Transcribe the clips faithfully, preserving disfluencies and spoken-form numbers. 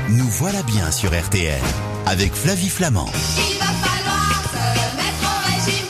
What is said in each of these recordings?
Nous voilà bien sur R T L avec Flavie Flamand. Il va falloir se mettre au régime.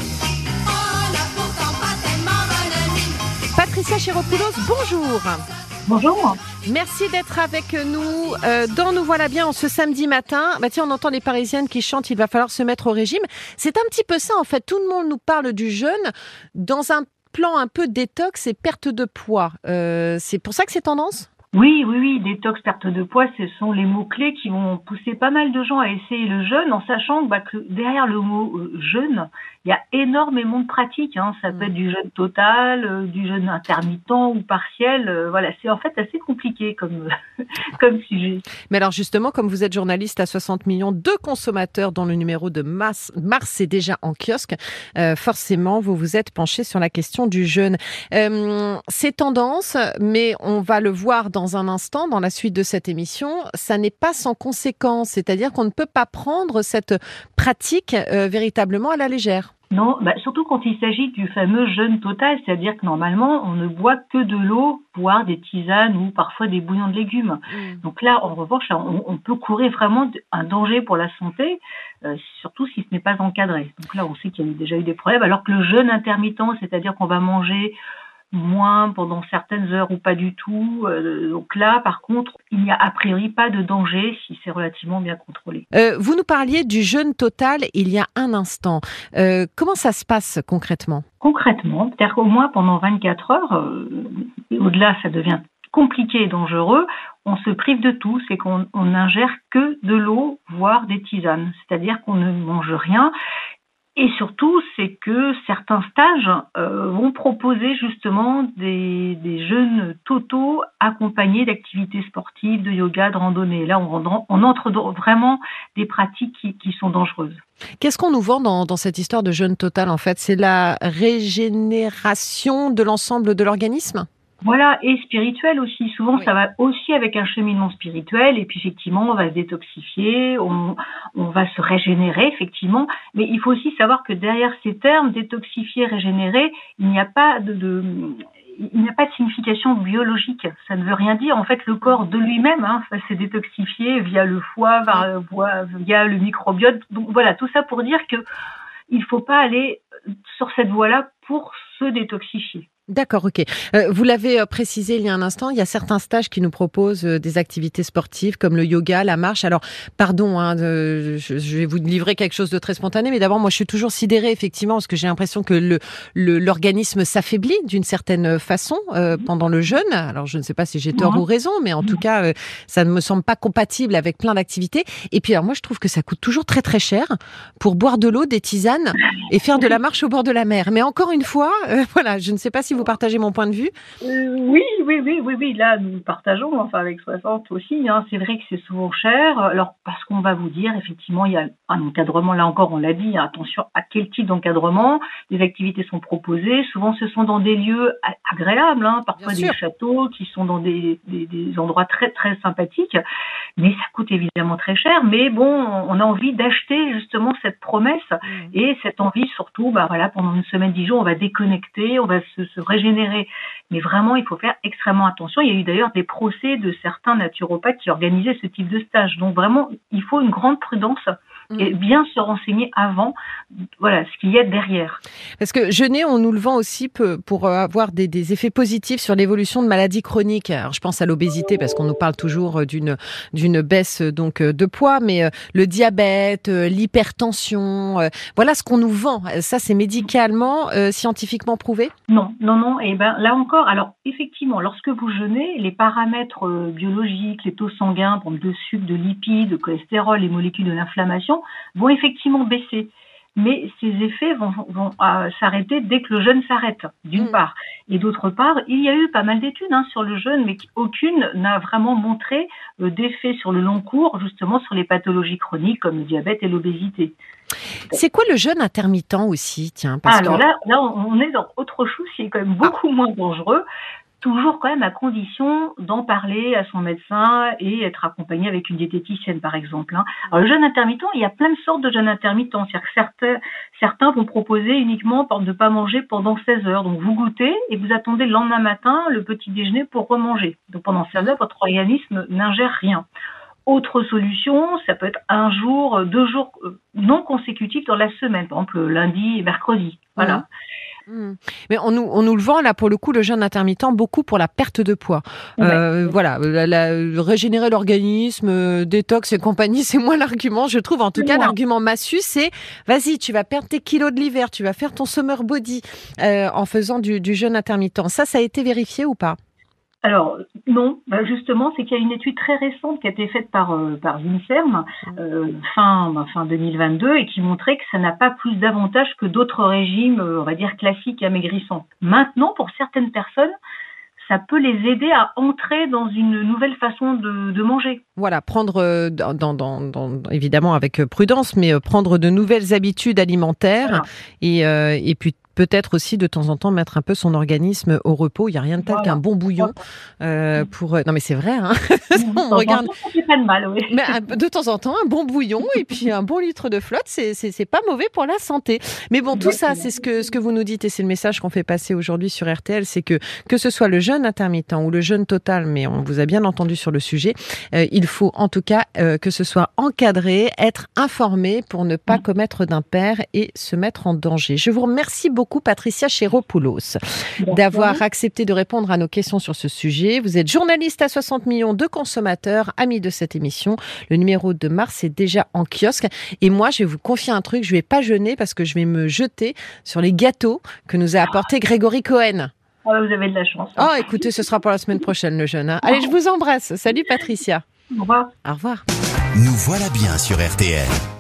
On n'a pourtant pas tellement bonne mine. Patricia Chiropoulos, bonjour. Bonjour. Merci d'être avec nous euh, dans Nous voilà bien en ce samedi matin. Bah tiens, on entend les Parisiennes qui chantent « Il va falloir se mettre au régime ». C'est un petit peu ça en fait. Tout le monde nous parle du jeûne dans un plan un peu détox et perte de poids. Euh, c'est pour ça que c'est tendance ? Oui, oui, oui, détox, perte de poids, ce sont les mots-clés qui vont pousser pas mal de gens à essayer le jeûne, en sachant bah, que derrière le mot euh, jeûne, il y a énormément de pratiques. Hein. Ça peut être du jeûne total, euh, du jeûne intermittent ou partiel. Euh, voilà, c'est en fait assez compliqué comme, comme sujet. Mais alors justement, comme vous êtes journaliste à soixante millions de consommateurs dont le numéro de mars, mars est déjà en kiosque, euh, forcément, vous vous êtes penché sur la question du jeûne. Euh, c'est tendance, mais on va le voir dans Dans un instant, dans la suite de cette émission, ça n'est pas sans conséquence, c'est-à-dire qu'on ne peut pas prendre cette pratique euh, véritablement à la légère. Non, bah, surtout quand il s'agit du fameux jeûne total, c'est-à-dire que normalement, on ne boit que de l'eau, voire des tisanes ou parfois des bouillons de légumes. Mmh. Donc là, en revanche, on, on peut courir vraiment un danger pour la santé, euh, surtout si ce n'est pas encadré. Donc là, on sait qu'il y a déjà eu des problèmes, alors que le jeûne intermittent, c'est-à-dire qu'on va manger moins pendant certaines heures ou pas du tout. Euh, donc là, par contre, il n'y a a priori pas de danger si c'est relativement bien contrôlé. Euh, vous nous parliez du jeûne total il y a un instant. Euh, comment ça se passe concrètement ? Concrètement, c'est-à-dire qu'au moins pendant vingt-quatre heures, euh, et au-delà, ça devient compliqué et dangereux, on se prive de tout, c'est qu'on on n'ingère que de l'eau, voire des tisanes. C'est-à-dire qu'on ne mange rien. Et surtout, c'est que certains stages euh, vont proposer justement des, des jeûnes totaux accompagnés d'activités sportives, de yoga, de randonnée. Là, on, on entre dans vraiment des pratiques qui, qui sont dangereuses. Qu'est-ce qu'on nous vend dans, dans cette histoire de jeûne total en fait ? C'est la régénération de l'ensemble de l'organisme ? Voilà, et spirituel aussi. Souvent, oui. Ça va aussi avec un cheminement spirituel. Et puis, effectivement, on va se détoxifier, on, on va se régénérer, effectivement. Mais il faut aussi savoir que derrière ces termes, détoxifier, régénérer, il n'y a pas de, de il n'y a pas de signification biologique. Ça ne veut rien dire. En fait, le corps de lui-même hein, va se détoxifier via le foie, via le microbiote. Donc, voilà, tout ça pour dire que il faut pas aller sur cette voie-là pour se détoxifier. D'accord, ok. Euh, vous l'avez précisé il y a un instant, il y a certains stages qui nous proposent des activités sportives comme le yoga, la marche. Alors, pardon, hein, de, je, je vais vous livrer quelque chose de très spontané, mais d'abord, moi, je suis toujours sidérée, effectivement, parce que j'ai l'impression que le, le, l'organisme s'affaiblit d'une certaine façon euh, pendant le jeûne. Alors, je ne sais pas si j'ai tort mmh. ou raison, mais en mmh. tout cas, euh, ça ne me semble pas compatible avec plein d'activités. Et puis, alors, moi, je trouve que ça coûte toujours très, très cher pour boire de l'eau, des tisanes et faire de la marche au bord de la mer. Mais encore une fois, euh, voilà, je ne sais pas si vous Vous partagez mon point de vue ? euh, Oui, oui, oui, oui, oui. Là, nous partageons, enfin avec soixante aussi. Hein, c'est vrai que c'est souvent cher. Alors, parce qu'on va vous dire, effectivement, il y a un encadrement. Là encore, on l'a dit, attention à quel type d'encadrement. Les activités sont proposées. Souvent, ce sont dans des lieux agréables. Hein, parfois des châteaux qui sont dans des, des, des endroits très, très sympathiques. Mais ça coûte évidemment très cher. Mais bon, on a envie d'acheter justement cette promesse mmh. et cette envie surtout, bah voilà, pendant une semaine, dix jours, on va déconnecter, on va se, se régénérer. Mais vraiment, il faut faire extrêmement attention. Il y a eu d'ailleurs des procès de certains naturopathes qui organisaient ce type de stage. Donc vraiment, il faut une grande prudence et bien se renseigner avant, voilà, ce qu'il y a derrière. Parce que jeûner, on nous le vend aussi pour avoir des, des effets positifs sur l'évolution de maladies chroniques. Alors, je pense à l'obésité parce qu'on nous parle toujours d'une d'une baisse donc de poids, mais le diabète, l'hypertension, voilà ce qu'on nous vend. Ça, c'est médicalement, euh, scientifiquement prouvé ? Non, non, non. Et ben là encore, alors effectivement, lorsque vous jeûnez, les paramètres biologiques, les taux sanguins, par exemple de sucre, de lipides, de cholestérol, les molécules de l'inflammation vont effectivement baisser. Mais ces effets vont, vont euh, s'arrêter dès que le jeûne s'arrête, d'une mmh. part. Et d'autre part, il y a eu pas mal d'études hein, sur le jeûne, mais aucune n'a vraiment montré euh, d'effet sur le long cours, justement sur les pathologies chroniques comme le diabète et l'obésité. C'est quoi le jeûne intermittent aussi, tiens parce Alors que... là, là, on est dans autre chose qui est quand même beaucoup ah. moins dangereux. Toujours quand même à condition d'en parler à son médecin et être accompagné avec une diététicienne par exemple. Alors le jeûne intermittent, il y a plein de sortes de jeûnes intermittents. C'est-à-dire que certains, certains vont proposer uniquement de ne pas manger pendant seize heures. Donc vous goûtez et vous attendez le lendemain matin le petit déjeuner pour remanger. Donc pendant seize heures, votre organisme n'ingère rien. Autre solution, ça peut être un jour, deux jours non consécutifs dans la semaine, par exemple lundi et mercredi. Voilà. Mmh. Mmh. Mais on nous, on nous le vend là pour le coup, le jeûne intermittent, beaucoup pour la perte de poids. Ouais. Euh, voilà, la, la, régénérer l'organisme, euh, détox et compagnie, c'est moins l'argument, je trouve. En tout C'est cas, moi. l'argument massu, c'est vas-y, tu vas perdre tes kilos de l'hiver, tu vas faire ton summer body euh, en faisant du, du jeûne intermittent. Ça, ça a été vérifié ou pas? Alors non, bah, justement, c'est qu'il y a une étude très récente qui a été faite par euh, par l'INSERM euh, fin bah, fin deux mille vingt-deux et qui montrait que ça n'a pas plus d'avantages que d'autres régimes, euh, on va dire classiques amaigrissants. Maintenant, pour certaines personnes, ça peut les aider à entrer dans une nouvelle façon de, de manger. Voilà, prendre, euh, dans, dans, dans, évidemment avec prudence, mais euh, prendre de nouvelles habitudes alimentaires Voilà. et, euh, et puis peut-être aussi de temps en temps mettre un peu son organisme au repos. Il n'y a rien de tel Voilà. qu'un bon bouillon euh, pour. Non mais c'est vrai. Hein. On On regarde. Ça fait pas de mal, oui. Mais un- de temps en temps, un bon bouillon et puis un bon litre de flotte, c'est c'est c'est pas mauvais pour la santé. Mais bon, tout ça, c'est ce que ce que vous nous dites et c'est le message qu'on fait passer aujourd'hui sur R T L, c'est que que ce soit le jeûne intermittent ou le jeûne total, mais on vous a bien entendu sur le sujet, euh, il faut en tout cas euh, que ce soit encadré, être informé pour ne pas commettre d'impair et se mettre en danger. Je vous remercie beaucoup, Patricia Chéropoulos, d'avoir accepté de répondre à nos questions sur ce sujet. Vous êtes journaliste à soixante millions de consommateurs, amis de cette émission. Le numéro de mars est déjà en kiosque. Et moi, je vais vous confier un truc, je vais pas jeûner parce que je vais me jeter sur les gâteaux que nous a apporté Grégory Cohen. Ah, vous avez de la chance. Oh, écoutez, ce sera pour la semaine prochaine, le jeûne. Hein. Allez, je vous embrasse. Salut, Patricia. Au revoir. Au revoir. Nous voilà bien sur R T L.